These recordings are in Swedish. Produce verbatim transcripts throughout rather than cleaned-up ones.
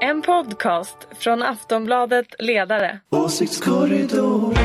En podcast från Aftonbladet Ledare. Åsiktskorridor.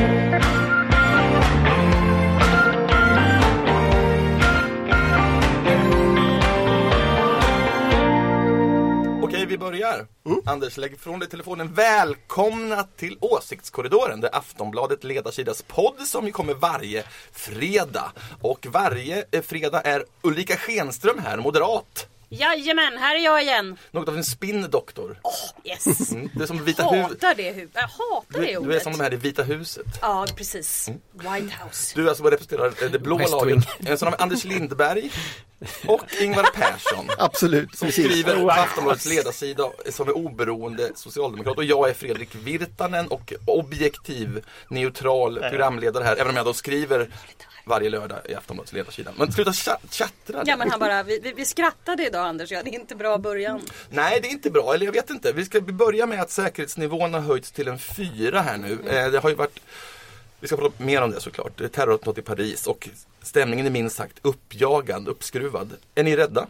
Okej, vi börjar. Mm. Anders, lägg från dig telefonen. Välkomna till Åsiktskorridoren, det Aftonbladet Ledarsidas podd som ju kommer varje fredag. Och varje fredag är Ulrika Schenström här, moderat. Jajamän, här är jag igen. Något av en spinndoktor. Åh, oh, yes. Mm, det är som Vita hatar hu- det hu- Jag hatar det du, ordet. du är som de här i Vita huset. Ja, precis. Mm. White House. Du alltså representerar det blåa laget. Sen har vi Anders Lindberg och Ingvar Persson. Absolut. Som skriver på Aftonbladets ledarsida som är oberoende socialdemokrat. Och jag är Fredrik Virtanen och objektiv, neutral programledare här. Även om jag då skriver varje lördag i Aftonbladets ledarsida. Men sluta chattra. Ja, men han bara, vi, vi, vi skrattade idag, Anders. Ja, det är inte bra början. Nej, det är inte bra. Eller jag vet inte. Vi ska börja med att säkerhetsnivån har höjts till en fyra här nu. Mm. Det har ju varit... Vi ska prata mer om det såklart. Det är terrorattentat i Paris och stämningen är minst sagt uppjagad, uppskruvad. Är ni rädda?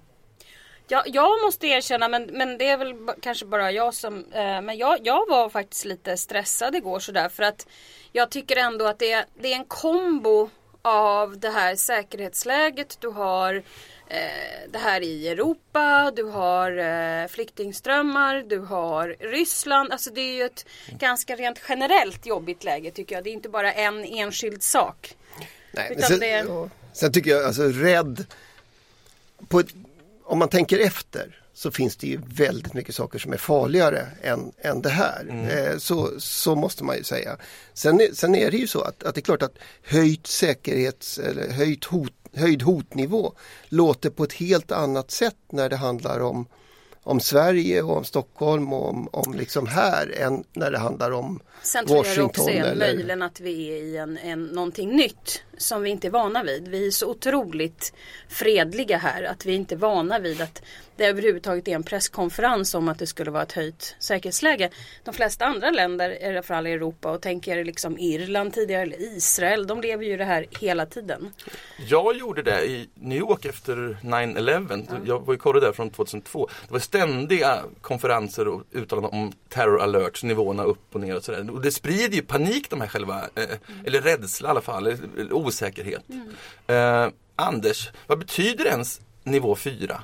Ja, jag måste erkänna, men, men det är väl b- kanske bara jag som... Eh, men jag, jag var faktiskt lite stressad igår sådär. För att jag tycker ändå att det är, det är en kombo av det här säkerhetsläget. Du har eh, det här i Europa, du har eh, flyktingströmmar, du har Ryssland. Alltså det är ju ett ganska rent generellt jobbigt läge tycker jag. Det är inte bara en enskild sak. Nej, Utan sen, det är... ja, sen tycker jag, alltså rädd... På ett, om man tänker efter så finns det ju väldigt mycket saker som är farligare än, än det här. Mm. Eh, så, så måste man ju säga. Sen, sen är det ju så att, att det är klart att höjt säkerhets eller höjt hot, höjd hotnivå låter på ett helt annat sätt när det handlar om, om Sverige och om Stockholm och om, om liksom här än när det handlar om Sen tror Washington. jag också är eller... möjligen att vi är i en, en, någonting nytt som vi inte är vana vid. Vi är så otroligt fredliga här att vi inte är vana vid att det överhuvudtaget är en presskonferens om att det skulle vara ett höjt säkerhetsläge. De flesta andra länder, i alla fall i Europa, och tänker liksom Irland tidigare eller Israel, de lever ju det här hela tiden. Jag gjorde det i New York efter nine eleven. Ja. Jag var i korre där från tjugohundratvå. Det var ständiga konferenser och uttalanden om terror alerts, nivåerna upp och ner och sådär. Och det sprider ju panik de här själva, eh, mm. eller rädsla i alla fall, eller, eller osäkerhet. Mm. Eh, Anders, vad betyder ens nivå fyra?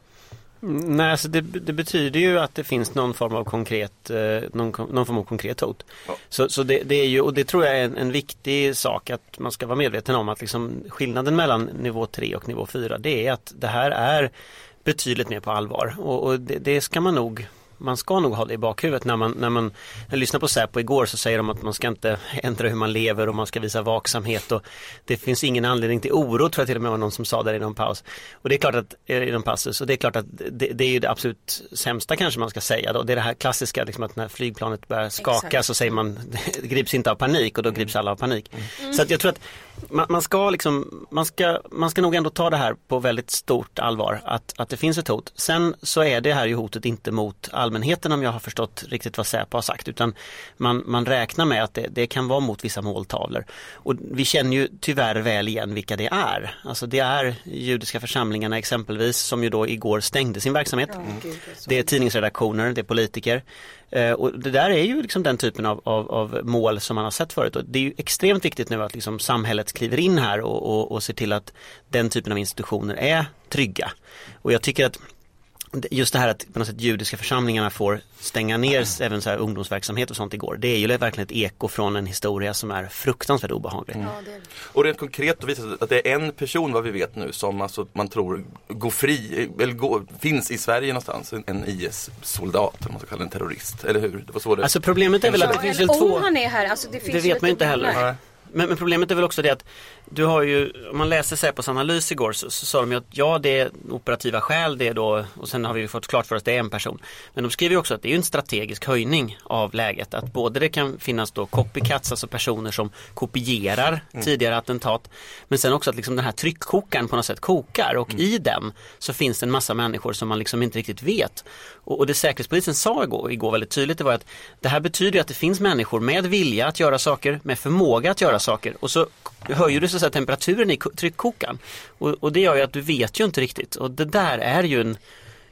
Nej, alltså det, det betyder ju att det finns någon form av konkret eh, någon, någon form av konkret hot. Ja. Så, så det, det är ju, och det tror jag är en, en viktig sak att man ska vara medveten om att liksom skillnaden mellan nivå tre och nivå fyra, det är att det här är betydligt mer på allvar. Och, och det, det ska man nog Man ska nog ha det i bakhuvudet när man, när man när jag lyssnade på Säpo igår så säger de att man ska inte ändra hur man lever och man ska visa vaksamhet och det finns ingen anledning till oro, tror jag till och med var någon som sa där i någon paus. Och det är klart att i någon passus, och det är klart att det, det är ju det absolut sämsta kanske man ska säga då. Det är det här klassiska liksom att när flygplanet börjar skaka Exakt. Så säger man det grips inte av panik och då grips alla av panik. Mm. Så att jag tror att man, man ska liksom man ska, man ska nog ändå ta det här på väldigt stort allvar att, att det finns ett hot. Sen så är det här ju hotet inte mot allmänheten om jag har förstått riktigt vad Säpo har sagt, utan man, man räknar med att det, det kan vara mot vissa måltavlor. Och vi känner ju tyvärr väl igen vilka det är. Alltså det är judiska församlingarna exempelvis som ju då igår stängde sin verksamhet. Mm. Det är tidningsredaktioner, det är politiker. Uh, och det där är ju liksom den typen av, av, av mål som man har sett förut. Och det är ju extremt viktigt nu att liksom samhället kliver in här och, och, och ser till att den typen av institutioner är trygga. Och jag tycker att just det här att på något sätt judiska församlingarna får stänga ner mm. även så här ungdomsverksamhet och sånt igår. Det är ju verkligen ett eko från en historia som är fruktansvärt obehaglig. Mm. Ja, det är det. Och rent konkret då visar det att det är en person, vad vi vet nu, som alltså man tror går fri eller går, finns i Sverige någonstans, en I S-soldat, man ska kalla en terrorist, eller hur? Det var så det... Alltså problemet är väl att det finns väl två... Om han är här, alltså det finns det vet man inte heller. Nej. Men, men problemet är väl också det att du har ju, om man läser Säpos analys igår så, så sa de ju att ja, det är operativa skäl, det är då, och sen har vi fått klart för oss att det är en person. Men de skriver ju också att det är ju en strategisk höjning av läget, att både det kan finnas då copycats, alltså personer som kopierar mm. tidigare attentat, men sen också att liksom den här tryckkokaren på något sätt kokar, och mm. i den så finns det en massa människor som man liksom inte riktigt vet. Och, och det säkerhetspolisen sa igår, igår väldigt tydligt, det var att det här betyder att det finns människor med vilja att göra saker, med förmåga att göra saker, och så höjer du så att säga temperaturen i tryckkokaren, och, och det gör ju att du vet ju inte riktigt, och det där är ju en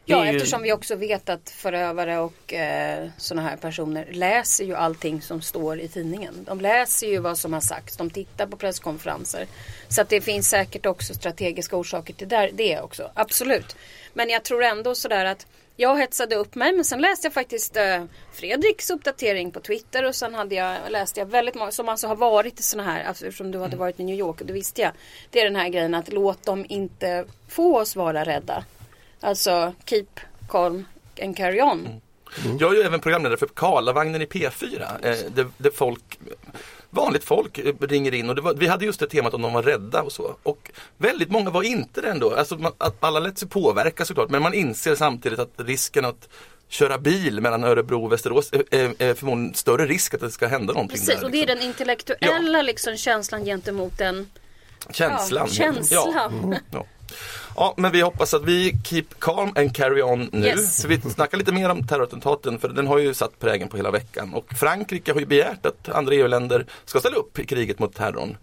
Ja, ju... eftersom vi också vet att förövare och eh, sådana här personer läser ju allting som står i tidningen. De läser ju vad som har sagts, de tittar på presskonferenser. Så att det finns säkert också strategiska orsaker till där, det också, absolut. Men jag tror ändå sådär att jag hetsade upp mig, men sen läste jag faktiskt eh, Fredriks uppdatering på Twitter och sen hade jag, läste jag väldigt många som alltså har varit i såna här, alltså, eftersom du hade varit i New York och det visste jag. Det är den här grejen att låt dem inte få oss vara rädda. Alltså keep calm and carry on. Mm. Mm. Jag är ju även programledare för Karlavagnen i P fyra. Eh, där, där folk, vanligt folk ringer in och det var, vi hade just det temat om de var rädda och så. Och väldigt många var inte det ändå. Alltså man, att alla lät sig påverka såklart. Men man inser samtidigt att risken att köra bil mellan Örebro och Västerås är, är, är förmodligen större risk att det ska hända någonting. Precis, där, och liksom. det är den intellektuella ja. liksom, känslan gentemot den känslan. Ja, känslan. Ja. Mm. Ja. Ja, men vi hoppas att vi keep calm and carry on nu. Yes. Så vi snackar lite mer om terrorattentaten, för den har ju satt prägen på hela veckan. Och Frankrike har ju begärt att andra E U-länder ska ställa upp i kriget mot terrorn.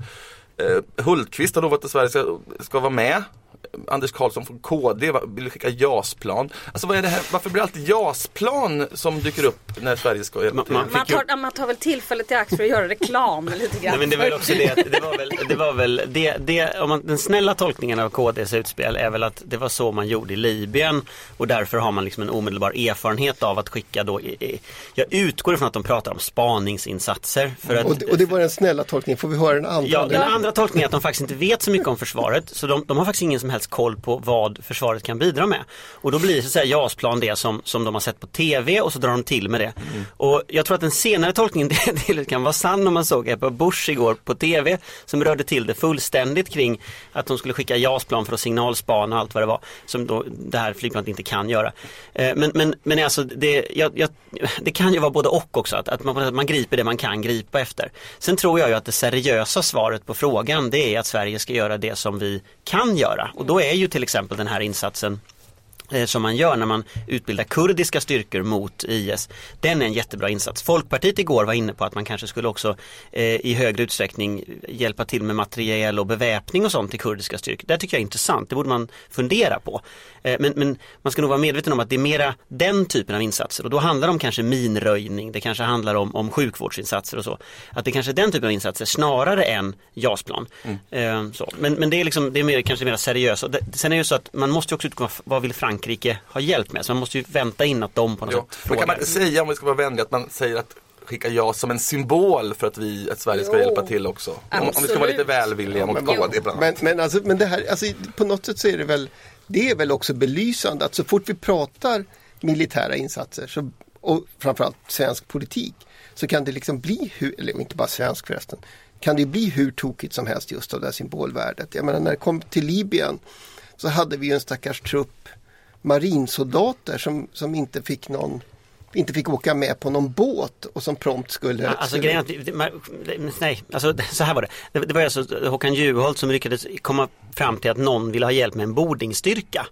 Eh, Hultqvist har lovat att Sverige ska, ska vara med. Anders Karlsson från K D vill skicka JAS-plan. Alltså vad är det här? Varför blir det alltid JAS-plan som dyker upp när Sverige ska hjälpa till? Man, man, tar, man tar väl tillfället i akt för att göra reklam lite grann. Nej, men det var väl också det, det var väl, det var väl det, det, om man, den snälla tolkningen av K D:s utspel är väl att det var så man gjorde i Libyen och därför har man liksom en omedelbar erfarenhet av att skicka då, jag utgår ifrån att de pratar om spaningsinsatser för att, och, det, och det var den snälla tolkningen, får vi höra den andra? Ja, den andra tolkningen är att de faktiskt inte vet så mycket om försvaret, så de, de har faktiskt ingen som helst koll på vad försvaret kan bidra med. Och då blir så att säga JAS-plan det som, som de har sett på tv och så drar de till med det. Mm. Och jag tror att den senare tolkningen det, det kan vara sann om man såg Ebba Busch igår på tv som rörde till det fullständigt kring att de skulle skicka JAS-plan för att signalspana och allt vad det var som då det här flygplanet inte kan göra. Eh, men, men, men alltså det, jag, jag, det kan ju vara både och också att, att man, man griper det man kan gripa efter. Sen tror jag ju att det seriösa svaret på frågan det är att Sverige ska göra det som vi kan göra. Och då är ju till exempel den här insatsen eh, som man gör när man utbildar kurdiska styrkor mot I S. Den är en jättebra insats. Folkpartiet igår var inne på att man kanske skulle också eh, i högre utsträckning hjälpa till med materiel och beväpning och sånt till kurdiska styrkor. Det tycker jag är intressant. Det borde man fundera på. Eh, men, men man ska nog vara medveten om att det är mera den typen av insatser. Och då handlar det om kanske minröjning. Det kanske handlar om, om sjukvårdsinsatser och så. Att det kanske är den typen av insatser snarare än JAS-plan. Mm. Eh, så. Men, men det är, liksom, det är mer, kanske mer seriöst. Och det, sen är det ju så att man måste också utgå vad vill Frankrike ha hjälp med. Så man måste ju vänta in att de på något jo, sätt frågar. Man kan man säga, om vi ska vara vänliga, att man säger att skicka JAS som en symbol för att vi att Sverige ska jo, hjälpa till också. Om, om vi ska vara lite välvilliga mot K D ibland. Men, men, alltså, men det här, alltså, på något sätt så är det väl det är väl också belysande att så fort vi pratar militära insatser så, och framförallt svensk politik så kan det liksom bli, hur, eller inte bara svensk förresten, kan det bli hur tokigt som helst just av det här symbolvärdet. Jag menar, när det kom till Libyen så hade vi en stackars trupp marinsoldater som, som inte fick någon inte fick åka med på någon båt och som prompt skulle... Ja, alltså grejen att, nej, alltså så här var det. Det, det var alltså Håkan Juholt som lyckades komma fram till att någon ville ha hjälp med en bordningsstyrka.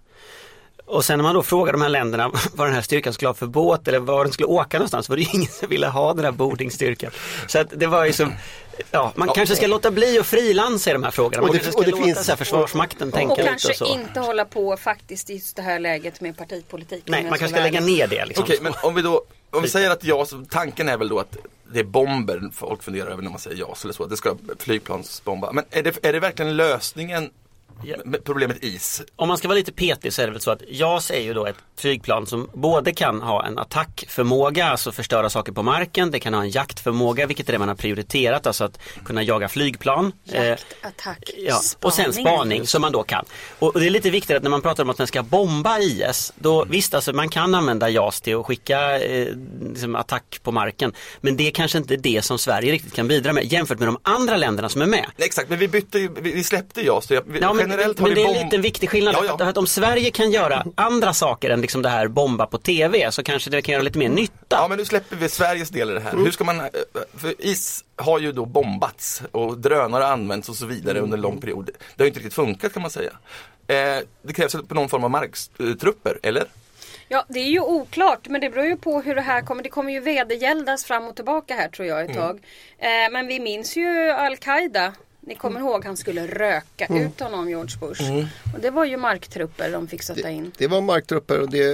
Och sen när man då frågade de här länderna vad den här styrkan skulle ha för båt eller var den skulle åka någonstans, var det ju ingen som ville ha den här bordningsstyrkan. Så att det var ju som... Ja, man ja, kanske ska låta bli och frilansa i de här frågorna. Man det, kanske ska det låta finns, så här försvarsmakten och, tänka och lite kanske och så. Inte hålla på faktiskt i just det här läget med partipolitik. Nej, man kanske ska lägga ner det. Liksom. Okej, men om vi då om vi säger att ja, så tanken är väl då att det är bomber folk funderar över när man säger ja, så eller så. Det ska flygplansbomba. Men är det, är det verkligen lösningen? Ja. Problemet is. Om man ska vara lite petig så är det väl så att JAS är ju då ett flygplan som både kan ha en attackförmåga, alltså förstöra saker på marken, det kan ha en jaktförmåga, vilket är det man har prioriterat, alltså att kunna jaga flygplan. Jakt, attack, ja, spaning. Och sen spaning som man då kan. Och, och det är lite viktigt att när man pratar om att den ska bomba I S, då visst alltså man kan använda JAS till att skicka eh, liksom attack på marken, men det är kanske inte det som Sverige riktigt kan bidra med jämfört med de andra länderna som är med. Exakt, men vi bytte ju, vi, vi släppte JAS. Så jag, vi, ja, men, men det är en liten viktig skillnad. Ja, ja. Att om Sverige kan göra andra saker än liksom det här bomba på tv, så kanske det kan göra lite mer nytta. Ja, men nu släpper vi Sveriges del i det här. Mm. Hur ska man, för is har ju då bombats och drönare används och så vidare mm. under en lång period. Det har ju inte riktigt funkat, kan man säga. Eh, det krävs på någon form av marktrupper, eller? Ja, det är ju oklart, men det beror ju på hur det här kommer. Det kommer ju vedergäldas fram och tillbaka här, tror jag, ett tag. Mm. Eh, men vi minns ju Al-Qaida Ni kommer ihåg han skulle röka mm. ut honom, George Bush. Mm. Och det var ju marktrupper de fick sätta in. Det, det var marktrupper och det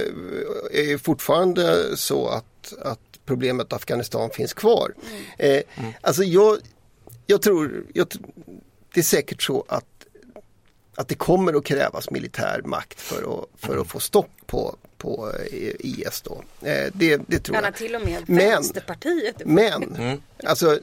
är fortfarande så att, att problemet Afghanistan finns kvar. Mm. Eh, mm. Alltså jag, jag tror, jag, det är säkert så att att det kommer att krävas militär makt för att, för att få stopp på, på I S då. Eh, det, det tror jag. Till och med Vänsterpartiet. Men, men alltså,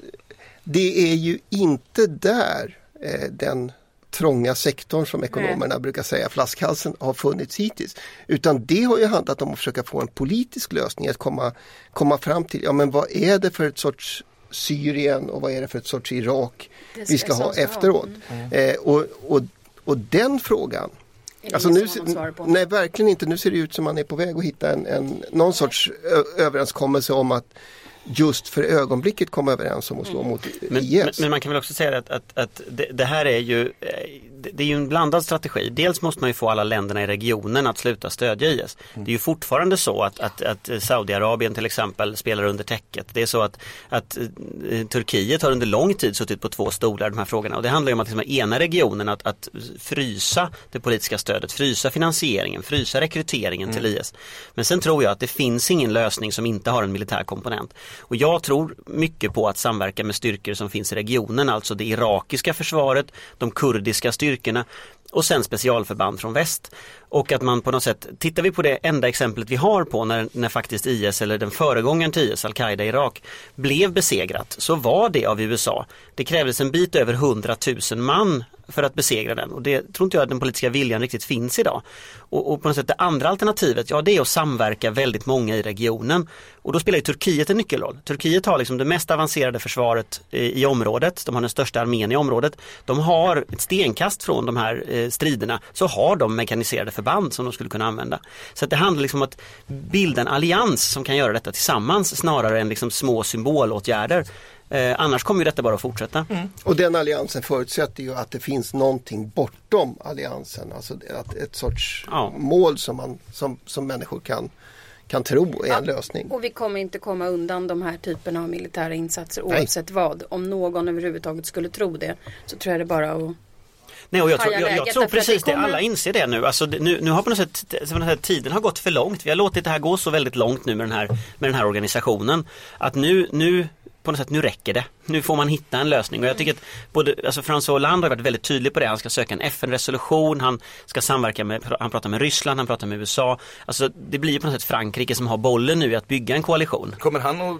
det är ju inte där eh, den trånga sektorn som ekonomerna Nej. brukar säga, flaskhalsen, har funnits hittills. Utan det har ju handlat om att försöka få en politisk lösning, att komma, komma fram till, ja men vad är det för ett sorts Syrien och vad är det för ett sorts Irak vi ska ha efteråt. Mm. Eh, och, och Och den frågan, alltså nu, nej verkligen inte, nu ser det ut som man är på väg att hitta en, en, någon sorts ö- överenskommelse om att just för ögonblicket komma överens om att slå mm. mot men, I S. Men, men man kan väl också säga att, att, att det, det här är ju det är ju en blandad strategi. Dels måste man ju få alla länderna i regionen att sluta stödja I S. Mm. Det är ju fortfarande så att, att, att Saudiarabien till exempel spelar under täcket. Det är så att, att uh, Turkiet har under lång tid suttit på två stolar de här frågorna. Och det handlar ju om att liksom, ena regionen att, att frysa det politiska stödet, frysa finansieringen, frysa rekryteringen mm. till I S. Men sen tror jag att det finns ingen lösning som inte har en militär komponent. Och jag tror mycket på att samverka med styrkor som finns i regionen, alltså det irakiska försvaret, de kurdiska styrkorna och sen specialförband från väst. Och att man på något sätt, tittar vi på det enda exemplet vi har på när, när faktiskt I S eller den föregångaren till I S, Al-Qaida i Irak, blev besegrat, så var det av U S A. Det krävdes en bit över hundratusen man för att besegra den. Och det tror inte jag att den politiska viljan riktigt finns idag. Och, och på något sätt det andra alternativet, ja det är att samverka väldigt många i regionen. Och då spelar ju Turkiet en nyckelroll. Turkiet har liksom det mest avancerade försvaret i, i området. De har den största armén i området. De har ett stenkast från de här eh, striderna, så har de mekaniserade förband som de skulle kunna använda. Så att det handlar liksom om att bilda en allians som kan göra detta tillsammans snarare än liksom små symbolåtgärder. Eh, annars kommer ju detta bara att fortsätta. Mm. Och den alliansen förutsätter ju att det finns någonting bortom alliansen. Alltså att ett sorts ja. mål som, man, som, som människor kan, kan tro är ja. en lösning. Och vi kommer inte komma undan de här typerna av militära insatser oavsett Nej. vad. Om någon överhuvudtaget skulle tro det, så tror jag det bara att Nej, och jag tror, jag, jag tror precis det, kommer... alla inser det nu. Alltså, det, nu, nu har på något sätt den här tiden har gått för långt. Vi har låtit det här gå så väldigt långt nu med den här, med den här organisationen. Att nu, nu på något sätt, nu räcker det. Nu får man hitta en lösning. Och jag tycker att både, alltså François Hollande har varit väldigt tydlig på det. Han ska söka en F N-resolution, han ska samverka med, han pratar med Ryssland, han pratar med U S A. Alltså det blir på något sätt Frankrike som har bollen nu i att bygga en koalition. Kommer han att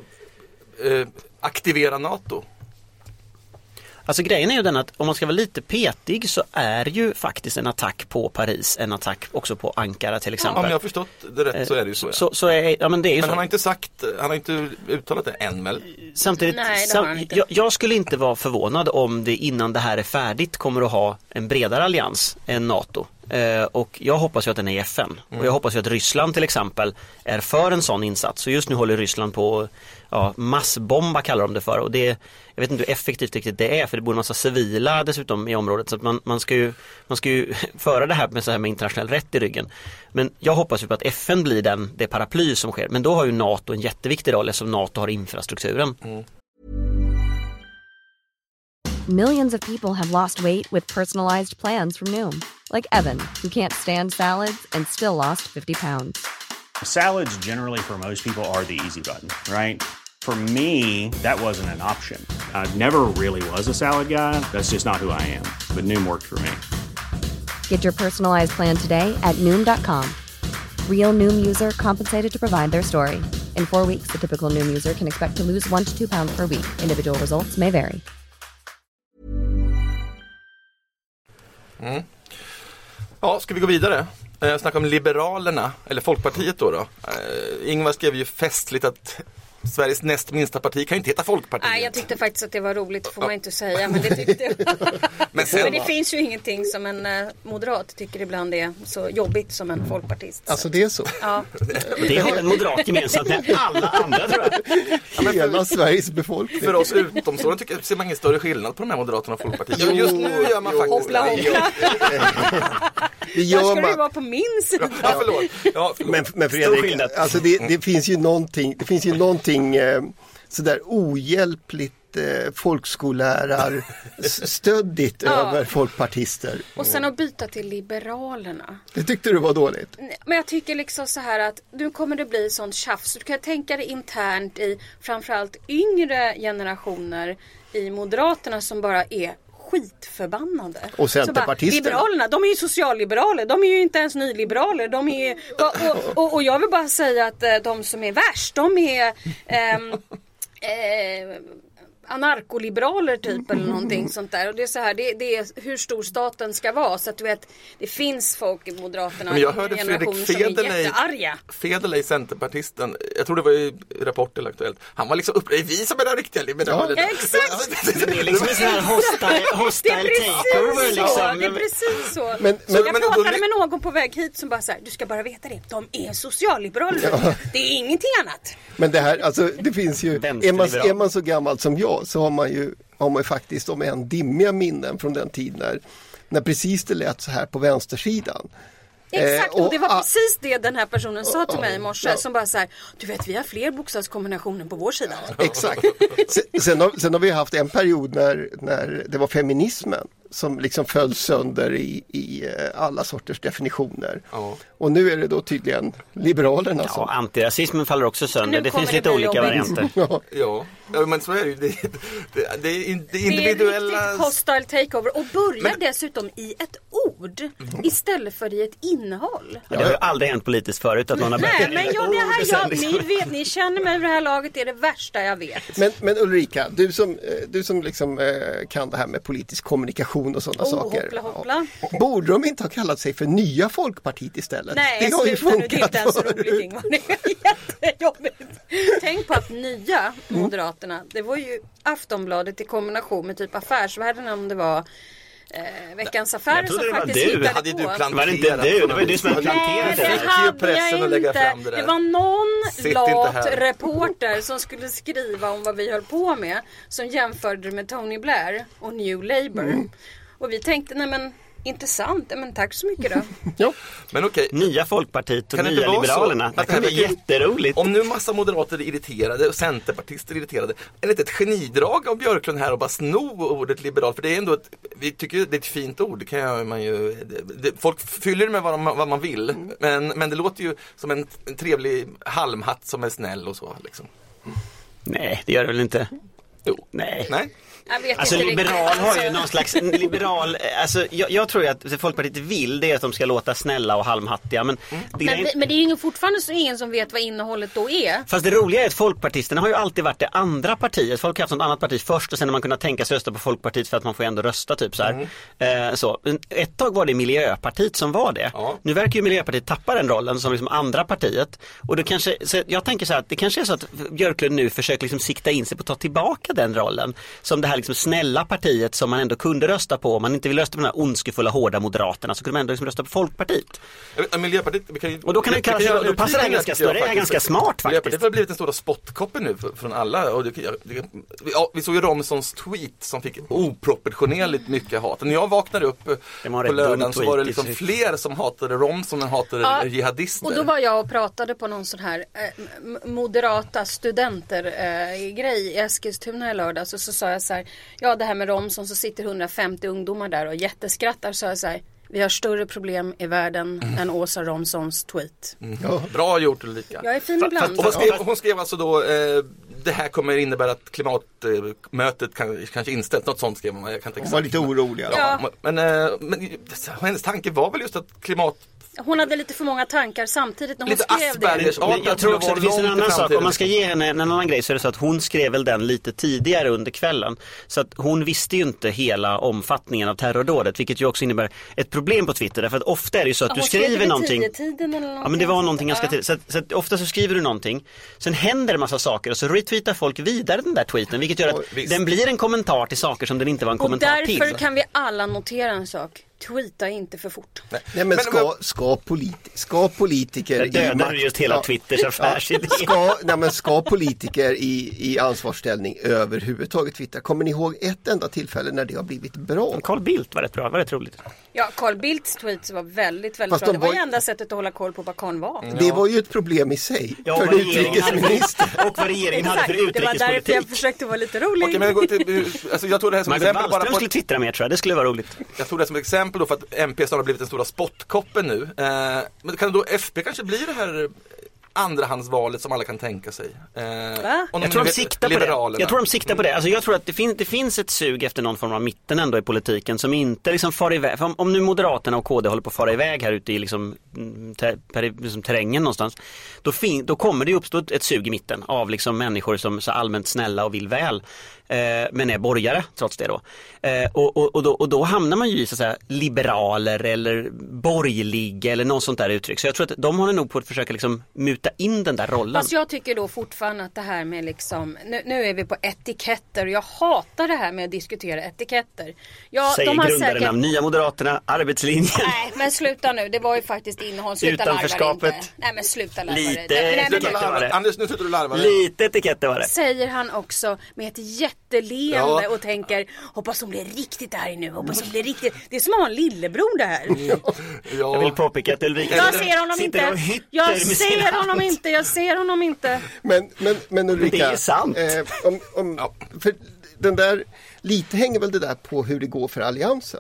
eh, aktivera NATO? Alltså grejen är ju den att om man ska vara lite petig så är ju faktiskt en attack på Paris en attack också på Ankara till exempel. Ja, om jag har förstått det rätt så är det ju så. Ja. så, så är, ja, men det är ju men så. Han har inte sagt, han har inte uttalat det än väl? Samtidigt, Nej, sam, jag, jag skulle inte vara förvånad om det innan det här är färdigt kommer att ha en bredare allians än NATO. Uh, och jag hoppas ju att den är i F N. Mm. Och jag hoppas ju att Ryssland till exempel är för en sån insats. Så just nu håller Ryssland på ja, massbomba kallar de det för. Och det, jag vet inte hur effektivt riktigt det är, för det bor en massa civila dessutom i området. Så att man, man, ska ju, man ska ju föra det här med, så här med internationell rätt i ryggen. Men jag hoppas ju på att F N blir den, det paraply som sker. Men då har ju NATO en jätteviktig roll eftersom NATO har infrastrukturen. Mm. Millions of people have lost weight with personalized plans from Noom. Like Evan, who can't stand salads and still lost fifty pounds. Salads generally for most people are the easy button, right? For me, that wasn't an option. I never really was a salad guy. That's just not who I am. But Noom worked for me. Get your personalized plan today at Noom dot com. Real Noom user compensated to provide their story. In four weeks, the typical Noom user can expect to lose one to two pounds per week. Individual results may vary. Mm. Ja, ska vi gå vidare? Eh, snacka om Liberalerna, eller Folkpartiet då då. Eh, Ingvar skrev ju festligt att Sveriges näst minsta parti kan ju inte heta Folkpartiet. Nej, jag tyckte faktiskt att det var roligt, får man inte säga, men det tyckte jag. men, sen, men det finns ju ingenting som en eh, moderat tycker ibland är så jobbigt som en folkpartist. Alltså det är så? Ja. Det har en moderat gemensamt med alla andra, tror jag. Ja, men hela Sveriges befolkning. För oss utomstående tycker jag ser man ingen större skillnad på de här moderaterna och Folkpartiet. Jo, just nu gör man faktiskt hoppla, hoppla. det. Gör Där ska man... du vara på min sida. Ja, förlåt. Ja, förlåt. Men, men Fredrik, alltså det, det finns ju någonting, det finns ju någonting eh, sådär ohjälpligt väldigt eh, folkskolärarstöddigt Ja. över folkpartister. Och sen att byta till Liberalerna. Det tyckte du var dåligt? Men jag tycker liksom så här att nu kommer det bli sånt tjafs. Du kan tänka dig internt i framförallt yngre generationer i Moderaterna som bara är skitförbannade. Och centerpartisterna. Liberalerna, de är ju socialliberaler. De är ju inte ens nyliberaler. De är ju, och, och, och, och jag vill bara säga att eh, de som är värst, de är ehm, eh, anarkoliberaler typ eller någonting sånt där. Och det är så här, det, det är hur stor staten ska vara. Så att du vet, det finns folk i Moderaterna. Men jag hörde Fredrik Federley, Federley, centerpartisten, jag tror det var i Rapport eller Aktuellt. Han var liksom uppe, vi som är de riktiga liberalerna. Ja, exakt. Det är liksom en sån här hostile, hostile takeover liksom. Det är precis så. Men, men, men, jag men, pratade då, med någon på väg hit som bara så här, du ska bara veta det. De är socialliberaler. Ja. Det är ingenting annat. Men det här, alltså det finns ju, är man, är man så gammal som jag så har man ju, har man ju faktiskt om en dimmiga minnen från den tid när, när precis det lät så här på vänstersidan. Exakt, eh, och, och det var ah, precis det den här personen sa till mig i morse, ja. som bara så här, du vet vi har fler bokstavskombinationer på vår sida. Exakt. Sen, sen, har, sen har vi haft en period när, när det var feminismen som liksom föll sönder i, i alla sorters definitioner. Ja. Och nu är det då tydligen liberalerna ja, som... Ja, antirasismen faller också sönder. Det finns det lite olika jobbigt. varianter. Ja. ja, men så är det ju. Det, det, det är individuella... Det är en riktigt hostile takeover och börjar men... dessutom i ett ord mm. istället för i ett innehåll. Ja, det har ju aldrig hänt politiskt förut att någon har Nej, men jag, det här, jag, ni vet, ni känner mig det här laget, det är det värsta jag vet. Men, men Ulrika, du som, du som liksom, eh, kan det här med politisk kommunikation och sådana oh, saker. Hoppla, hoppla. Ja. Borde de inte ha kallat sig för Nya Folkpartiet istället? Nej, det har ju funkat det är inte ens roligt. Det är jättejobbigt. Tänk på att nya Moderaterna, det var ju Aftonbladet i kombination med typ Affärsvärlden om det var Eh, veckans affärer som faktiskt hittade hade på. Du planterat var det inte du? Det var ju du som hade planterat det. Det hade jag inte. Det, det var någon Sitt lat reporter som skulle skriva om vad vi höll på med som jämförde med Tony Blair och New Labour. Mm. Och vi tänkte, nej men intressant, men tack så mycket då. Ja. Men okej. Nya Folkpartiet och kan Nya Liberalerna. Det kan bli jätteroligt. Om nu massa moderater är irriterade och centerpartister är irriterade, är det inte ett genidrag av Björklund här och bara sno ordet liberal? För det är ändå ett, vi tycker det är ett fint ord. Det kan jag, man ju, det, det, folk fyller det med vad, de, vad man vill. Mm. Men, men det låter ju som en, en trevlig halmhatt som är snäll och så liksom. Nej, det gör det väl inte. Jo. Nej. Nej. Alltså liberal har ju någon slags liberal, alltså jag, jag tror ju att Folkpartiet vill det är att de ska låta snälla och halmhattiga men, mm. det men, men det är ju fortfarande så ingen som vet vad innehållet då är. Fast det roliga är att folkpartisterna har ju alltid varit det andra partiet. Folk har haft något annat parti först och sen har man kunnat tänka sig rösta på Folkpartiet för att man får ändå rösta typ så här. Mm. Eh, så. Ett tag var det Miljöpartiet som var det. Ja. Nu verkar ju Miljöpartiet tappa den rollen som liksom andra partiet och det kanske, så jag tänker så här att det kanske är så att Björklund nu försöker liksom sikta in sig på att ta tillbaka den rollen som det här liksom snälla partiet som man ändå kunde rösta på. Om man inte vill rösta på de här ondskefulla hårda moderaterna så kunde man ändå liksom rösta på Folkpartiet. Vet, Miljöpartiet vi kan ju, och då kan det kanske då, då passar det ganska större, det är ganska smart faktiskt. Miljöpartiet har blivit en stor spottkoppe nu för, från alla och det, det, ja, vi såg ju Romsons tweet som fick oproportionerligt mycket hat. När jag vaknade upp på lördagen så var det liksom fler som hatade Romson än hatade ja, jihadister. Och då var jag och pratade på någon sån här eh, moderata studenter eh, grej i Eskilstuna i lördag så, så sa jag så här, ja det här med Romson så sitter hundrafemtio ungdomar där och jätteskrattar så jag så här, vi har större problem i världen mm. än Åsa Romsons tweet. Mm. Ja, bra gjort Ulrika. Jag är fin ibland. Och hon, skrev, hon skrev alltså då eh, det här kommer innebära att klimatmötet kan, kanske inställt. Något sånt skrev man. Jag kan inte hon var lite orolig. Ja. Ja. Men, eh, men hennes tanke var väl just att klimat hon hade lite för många tankar samtidigt när hon lite skrev Aspergers, det. Men jag tror också att det finns en annan sak. Om man ska ge henne en annan grej så är det så att hon skrev väl den lite tidigare under kvällen. Så att hon visste ju inte hela omfattningen av terrordådet. Vilket ju också innebär ett problem på Twitter. Därför att ofta är det ju så att ja, du skriver någonting. Eller någonting. Ja men det var någonting ganska tidigt. Så, att, så att ofta så skriver du någonting. Sen händer det massa saker och så retweetar folk vidare den där tweeten. Vilket gör att oh, den blir en kommentar till saker som den inte var en och kommentar till. Och därför kan vi alla notera en sak. tweeta inte för fort. Nej, Nej men, ska, ska, politi- ska politiker... Jag dödar i just hela ja, Twitters affärsidé. Ja, ska, nej, men ska politiker i, i ansvarsställning överhuvudtaget twittra? Kommer ni ihåg ett enda tillfälle när det har blivit bra? Carl Bildt var rätt bra, var rätt roligt. Ja, Carl Bildts tweets var väldigt, väldigt Fast bra. De det var var... ju enda sättet att hålla koll på vad Carl var. Mm. Det var ju ett problem i sig ja, för utrikesminister. Och vad regeringen hade för utrikespolitik. Det var därför jag försökte vara lite rolig. Okej, men jag, går till, alltså, jag tog det här som Margot exempel bara på... skulle twittra mer, tror jag. Det skulle vara roligt. Jag tog det som exempel då för att M P snart har blivit den stora spottkoppen nu. Eh, men kan då F P kanske bli det här andrahandsvalet som alla kan tänka sig? Eh, jag tror de siktar på det. Jag tror de siktar på det. Alltså jag tror att det, fin- det finns ett sug efter någon form av mitten ändå i politiken som inte liksom far iväg. För om, om nu Moderaterna och K D håller på att fara iväg här ute i liksom, ter, per, liksom terrängen någonstans, då, fin- då kommer det uppstå ett, ett sug i mitten av liksom människor som är så allmänt snälla och vill väl. Eh, men är borgare trots det då. Eh, och, och, och då. Och då hamnar man ju i så att säga, liberaler eller borgerliga eller något sånt där uttryck. Så jag tror att de håller nog på att försöka liksom, muta in den där rollen. Fast jag tycker då fortfarande att det här med liksom, nu, nu är vi på etiketter och jag hatar det här med att diskutera etiketter. Jag, Säger de har grundaren säkert... av Nya Moderaterna, arbetslinjen. Nej, men sluta nu. Det var ju faktiskt innehåll. Sluta Utanförskapet. inte. Nej, men sluta larva Lite det. Nej, Sluta larva det. Anders, nu slutar du larva det. Lite etiketter var det. Säger han också med ett jätteleende ja. och tänker, hoppas hon blir riktigt arg nu. Hoppas hon blir riktigt... Det är som att ha en lillebror det här. Ja. Jag vill påpeka att Ulrika Jag ser honom inte. Jag ser honom inte. Jag ser honom inte. Men, men, men Ulrika, det är sant. Eh, om, om, ja. för den där, lite hänger väl det där på hur det går för alliansen.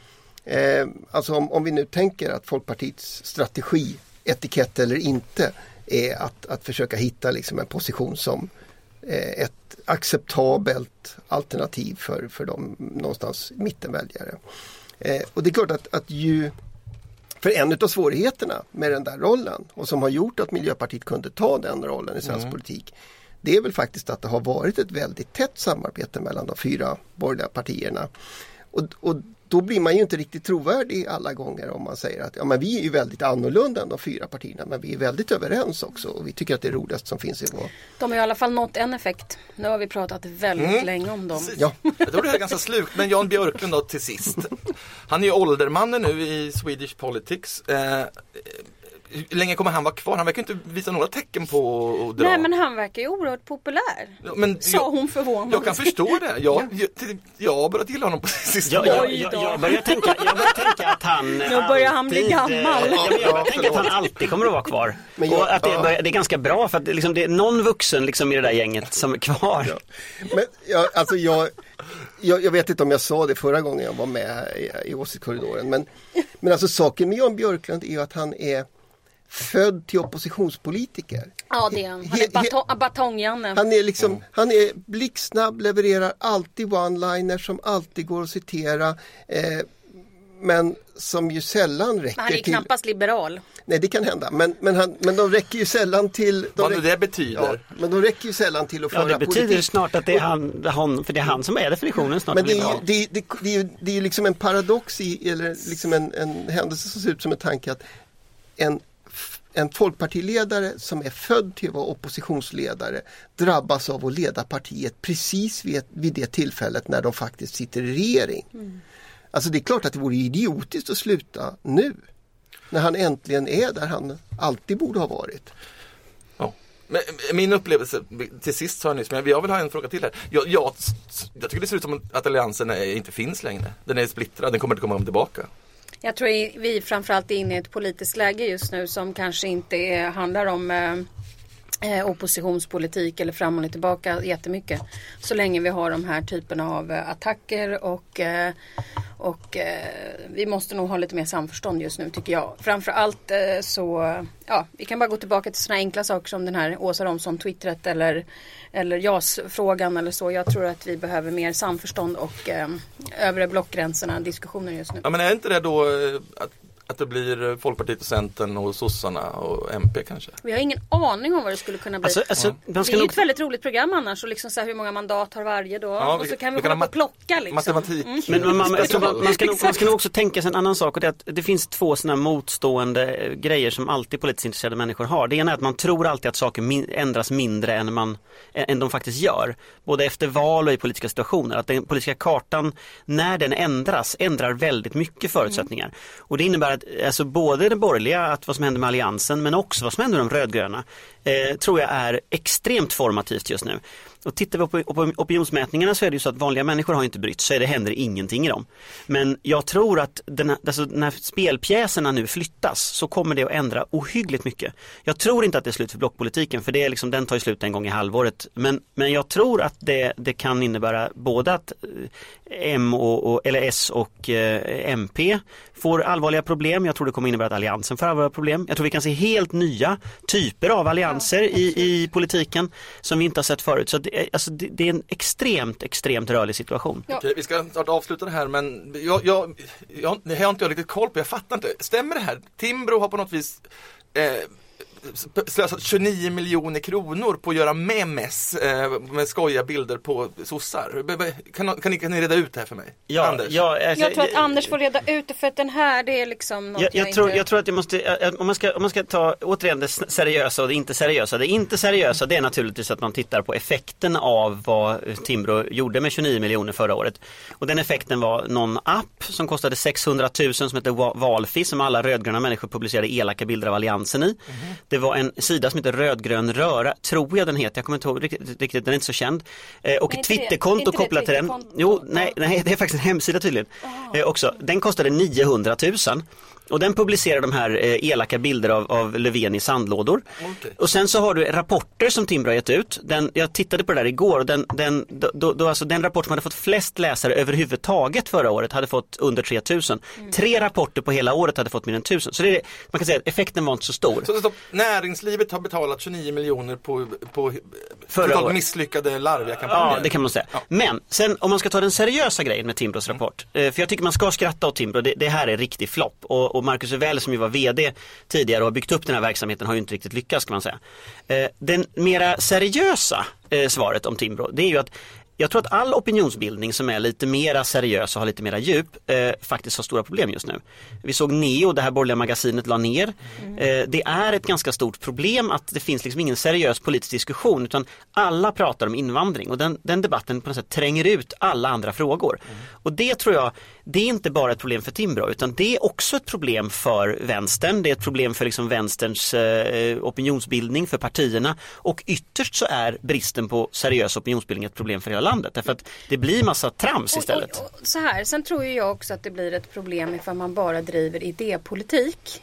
Eh, alltså om, om vi nu tänker att Folkpartiets strategi, etikett eller inte, är att, att försöka hitta liksom en position som eh, ett acceptabelt alternativ för, för de någonstans mittenväljare. Eh, och det är klart att, att ju... För en av svårigheterna med den där rollen och som har gjort att Miljöpartiet kunde ta den rollen i svensk mm. politik, det är väl faktiskt att det har varit ett väldigt tätt samarbete mellan de fyra borgerliga partierna. Och, och då blir man ju inte riktigt trovärdig alla gånger om man säger att ja, men vi är ju väldigt annorlunda än de fyra partierna, men vi är väldigt överens också och vi tycker att det är roligast som finns i vår. De har i alla fall nått en effekt. Nu har vi pratat väldigt mm. länge om dem. Ja. Jag tror det här är ganska slut, men Jan Björklund då till sist. Han är ju åldermannen nu i Swedish Politics. Eh, hur länge kommer han vara kvar? Han verkar inte visa några tecken på att dra. Nej, men han verkar ju oerhört populär. Ja, men sa jag, hon förvånad. Jag kan förstå det. Jag, jag, jag har börjat gilla honom på sista jag, jag, jag, jag, börjar tänka, jag börjar tänka att han nu börjar han bli gammal. Jag, jag börjar tänka att han alltid kommer att vara kvar. Men jag, och att det, ja. börjar, det är ganska bra för att det, liksom, det är någon vuxen liksom, i det där gänget som är kvar. Ja. Men jag, alltså jag, jag, jag vet inte om jag sa det förra gången jag var med i, i åsiktskorridoren. Men, men alltså saken med Jan Björklund är ju att han är född till oppositionspolitiker. Ja, det är han. Han är batong, batongjanne. Han är liksom, mm. han är blixtsnabb, levererar alltid one-liners som alltid går att citera. Eh, men som ju sällan räcker till... Han är till, knappast liberal. Nej, det kan hända. Men, men, han, men de räcker ju sällan till... Vad räcker, nu det betyder. Ja, men de räcker ju sällan till att föra politik. Ja, det betyder politik. snart att det är han, han, för det är han som är definitionen snart. Men det är ju det, det, det, är, det är liksom en paradox i, eller liksom en, en händelse som ser ut som en tanke att en En folkpartiledare som är född till att vara oppositionsledare drabbas av att leda partiet precis vid, vid det tillfället när de faktiskt sitter i regering. Mm. Alltså det är klart att det vore idiotiskt att sluta nu. När han äntligen är där han alltid borde ha varit. Ja. Men, min upplevelse, till sist sa jag nyss, men jag vill ha en fråga till här. Jag, jag, jag tycker det ser ut som att alliansen är, inte finns längre. Den är splittrad, den kommer inte komma tillbaka. Jag tror vi framförallt är inne i ett politiskt läge just nu som kanske inte är, handlar om eh, oppositionspolitik eller fram och tillbaka jättemycket. Så länge vi har de här typerna av eh, attacker och, eh, och eh, vi måste nog ha lite mer samförstånd just nu tycker jag. Framförallt eh, så, ja, vi kan bara gå tillbaka till såna enkla saker som den här Åsa Romson twittret eller eller J A S-frågan eller så. Jag tror att vi behöver mer samförstånd och eh, övre blockgränserna diskussioner just nu. Ja, men är inte det då att, Att det blir Folkpartiet och Centern och Sossarna och M P kanske. Vi har ingen aning om vad det skulle kunna bli. Alltså, alltså, det är ju nog... ett väldigt roligt program annars. Och liksom så här, hur många mandat har varje då. Ja, och så kan vi, vi hålla kan på och plocka liksom. Matematik. Mm. Men man, man, jag tror man, man, ska nog, man ska nog också tänka sig en annan sak. Och det är att det finns två sådana motstående grejer som alltid politiskt intresserade människor har. Det ena är att man tror alltid att saker min, ändras mindre än, man, än de faktiskt gör. Både efter val och i politiska situationer. Att den politiska kartan, när den ändras, ändrar väldigt mycket förutsättningar. Mm. Och det innebär att alltså, både det borgerliga, att vad som händer med alliansen, men också vad som händer med de rödgröna, eh, tror jag är extremt formativt just nu. Och tittar vi på, på opinionsmätningarna så är det ju så att vanliga människor har inte brytt sig, det händer ingenting i dem. Men jag tror att den, alltså, när spelpjäserna nu flyttas så kommer det att ändra ohyggligt mycket. Jag tror inte att det är slut för blockpolitiken, för det är liksom, den tar ju slut en gång i halvåret. Men, men jag tror att det, det kan innebära både att M och, och, eller S och eh, M P får allvarliga problem. Jag tror det kommer innebära att alliansen får allvarliga problem. Jag tror vi kan se helt nya typer av allianser ja, i, i politiken som vi inte har sett förut. Så det, alltså, det, det är en extremt, extremt rörlig situation. Ja. Okej, vi ska snart avsluta det här, men jag, jag, jag, det har inte jag riktigt koll på. Jag fattar inte. Stämmer det här? Timbro har på något vis eh, slösat tjugonio miljoner kronor på att göra memes eh, med skojiga bilder på sossar. Kan, kan, ni, kan ni reda ut det här för mig? Ja, Anders? Ja, alltså, jag tror att Anders får reda ut det, för att den här, det är liksom något jag, jag, jag tror, inte... jag tror att jag måste, om man ska, om man ska ta återigen det seriösa och det inte seriösa. Det inte seriösa, det är naturligtvis att man tittar på effekten av vad Timbro gjorde med tjugonio miljoner förra året. Och den effekten var någon app som kostade sexhundratusen som heter Valfi, som alla rödgröna människor publicerade elaka bilder av alliansen i. Mm-hmm. Det var en sida som heter Rödgrön Röra, tror jag den heter, jag kommer inte ihåg riktigt, riktigt den är inte så känd. Eh, och nej, ett Twitterkonto kopplat till den. Jo, nej, nej, det är faktiskt en hemsida tydligen. Oh. Eh, också. Den kostade niohundratusen. Och den publicerar de här eh, elaka bilder av, av Löfven i sandlådor. Okay. Och sen så har du rapporter som Timbro har gett ut. Den, jag tittade på det där igår. Och den, den, då, då, alltså den rapport som hade fått flest läsare överhuvudtaget förra året hade fått under tre tusen. Mm. Tre rapporter på hela året hade fått mer än tusen. Så det är, man kan säga att effekten var inte så stor. Så, så näringslivet har betalat tjugonio miljoner på, på totalt misslyckade larviga kampanjer. Ja, det kan man säga. Ja. Men sen om man ska ta den seriösa grejen med Timbros mm. rapport. Eh, för jag tycker man ska skratta åt Timbro. Det, det här är riktig flopp. Och Och Marcus Uvell som ju var vd tidigare och har byggt upp den här verksamheten har ju inte riktigt lyckats, kan man säga. Eh, den mera seriösa eh, svaret om Timbro, det är ju att jag tror att all opinionsbildning som är lite mera seriös och har lite mera djup eh, faktiskt har stora problem just nu. Vi såg Neo, det här borgerliga magasinet, la ner. Mm. Eh, det är ett ganska stort problem att det finns liksom ingen seriös politisk diskussion, utan alla pratar om invandring och den, den debatten på något sätt tränger ut alla andra frågor. Mm. Och det tror jag, det är inte bara ett problem för Timbro, utan det är också ett problem för vänstern. Det är ett problem för liksom vänsterns eh, opinionsbildning, för partierna, och ytterst så är bristen på seriös opinionsbildning ett problem för hela landet, därför att det blir massa trams istället. Och, och, och, så här, sen tror jag också att det blir ett problem ifall man bara driver idépolitik.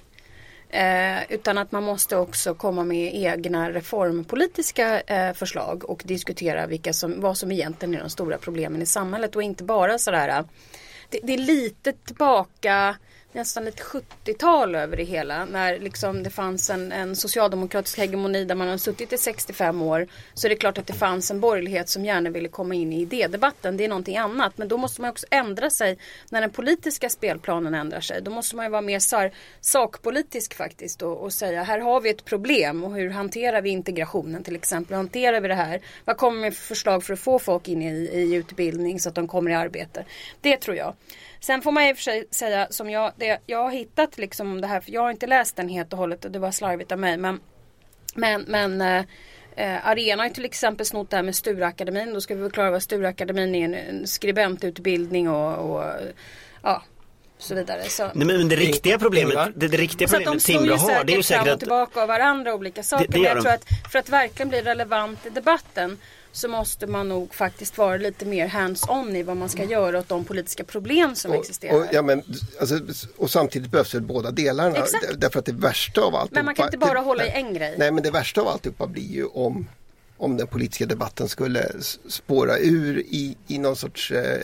Eh, utan att man måste också komma med egna reformpolitiska eh, förslag och diskutera vilka som, vad som egentligen är de stora problemen i samhället, och inte bara sådär. Det, det är lite tillbaka, nästan ett sjuttiotal över det hela, när liksom det fanns en, en socialdemokratisk hegemoni där man har suttit i sextiofem år, så är det klart att det fanns en borgerlighet som gärna ville komma in i idédebatten. Det är någonting annat, men då måste man också ändra sig när den politiska spelplanen ändrar sig. Då måste man ju vara mer sar- sakpolitisk faktiskt och, och säga, här har vi ett problem och hur hanterar vi integrationen till exempel, hur hanterar vi det här, vad kommer med för förslag för att få folk in i, i utbildning så att de kommer i arbete. Det tror jag. Sen får man i och för sig säga, som jag, det, jag har hittat liksom det här, för jag har inte läst den helt och hållet och det var slarvigt av mig, men, men, men eh, Arena har till exempel snott det här med Stureakademin. Då ska vi förklara vad Stureakademin är, en, en skribentutbildning och, och ja, så vidare. Så. Nej, men det riktiga problemet, det, det riktiga problemet Timbro har, det är ju säkert fram och tillbaka av varandra olika saker. Det, det men jag de. tror att för att verkligen bli relevant i debatten så måste man nog faktiskt vara lite mer hands-on i vad man ska göra åt de politiska problem som och, existerar. Och, ja, men, alltså, och samtidigt behövs det båda delarna. Exakt. Därför att det värsta av allt... Men man kan inte bara det, hålla i en grej. Nej, men det värsta av alltihopa blir ju om, om den politiska debatten skulle spåra ur i, i någon sorts eh,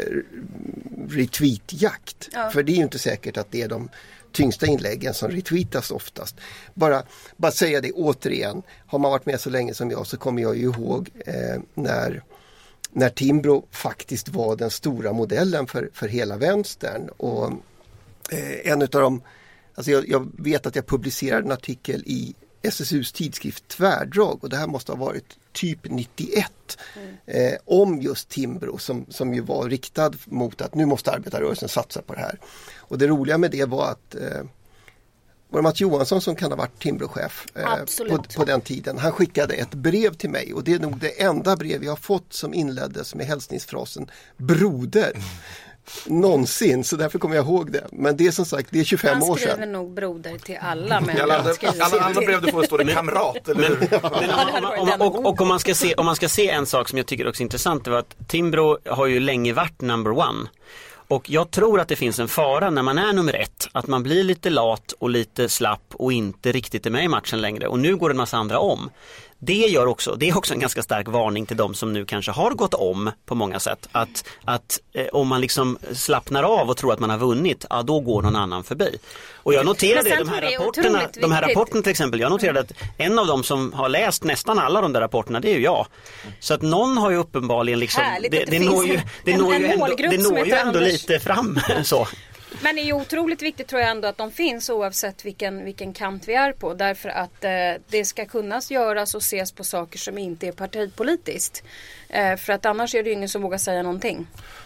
retweetjakt. Ja. För det är ju inte säkert att det är de tyngsta inläggen som retweetas oftast. Bara, bara säga det återigen. Har man varit med så länge som jag så kommer jag ju ihåg eh, när, när Timbro faktiskt var den stora modellen för, för hela vänstern. Och eh, en av de Alltså jag, jag vet att jag publicerade en artikel i S S U:s tidskrift Tvärdrag och det här måste ha varit typ nittioett mm. eh, om just Timbro som, som ju var riktad mot att nu måste arbetarrörelsen satsa på det här. Och det roliga med det var att eh, var det Mats Johansson som kan ha varit Timbrochef eh, på, på den tiden. Han skickade ett brev till mig och det är nog det enda brev jag har fått som inleddes med hälsningsfrasen broder. Mm. Någonsin, så därför kommer jag ihåg det. Men det är som sagt, det är tjugofem år sedan. Han skriver nog broder till alla. Men alla, andra, alla andra brev du får står det kamrat, eller hur? Men, och, och, och om, man ska se, om man ska se en sak som jag tycker också är intressant, det var att Timbro har ju länge varit number one. Och jag tror att det finns en fara när man är nummer ett, att man blir lite lat och lite slapp och inte riktigt är med i matchen längre. Och nu går det en massa andra om. Det gör också, det är också en ganska stark varning till de som nu kanske har gått om på många sätt. Att, att eh, om man liksom slappnar av och tror att man har vunnit, ja, då går någon annan förbi. Och jag noterade de här rapporterna, de här rapporterna till exempel, jag noterade att en av dem som har läst nästan alla de där rapporterna, det är ju jag. Så att någon har ju uppenbarligen liksom, Härligt, det, det, det når ju, det en, når en ju ändå, det når ju ändå lite fram så. Men det är ju otroligt viktigt tror jag ändå att de finns oavsett vilken, vilken kant vi är på. Därför att eh, det ska kunna göras och ses på saker som inte är partipolitiskt. Eh, för att annars är det ju ingen som vågar säga någonting.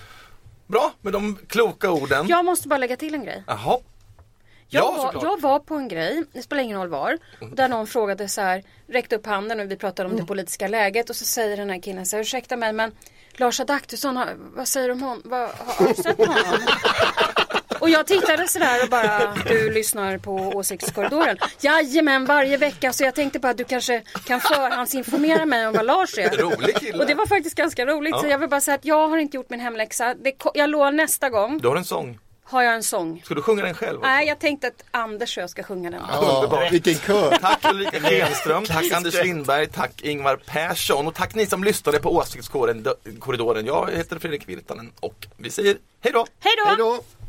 Bra, med de kloka orden. Jag måste bara lägga till en grej. Jaha. Jag, Ja, var, jag var på en grej, det spelar ingen roll var, där någon frågade så här, räckte upp handen och vi pratade om det politiska läget och så säger den här killen så här, ursäkta mig men Lars Adaktusson, har, vad säger du om honom? Vad, har du sett honom? Och jag tittade sådär och bara, du lyssnar på Åsiktskorridoren. Jajamän, varje vecka. Så jag tänkte på att du kanske kan förhandsinformera mig om vad Lars är. Rolig kille. Och det var faktiskt ganska roligt. Ja. Så jag vill bara säga att jag har inte gjort min hemläxa. Det, jag lovar nästa gång. Du har en sång. Har jag en sång. Ska du sjunga den själv? Också? Nej, jag tänkte att Anders och jag ska sjunga den. Ja, underbart. Vilken kör. Tack Ulrika Schenström, tack Anders Lindberg, tack Ingvar Persson och tack ni som lyssnade på Åsiktskorridoren. Jag heter Fredrik Virtanen och vi säger hej då. Hej då. Hej då.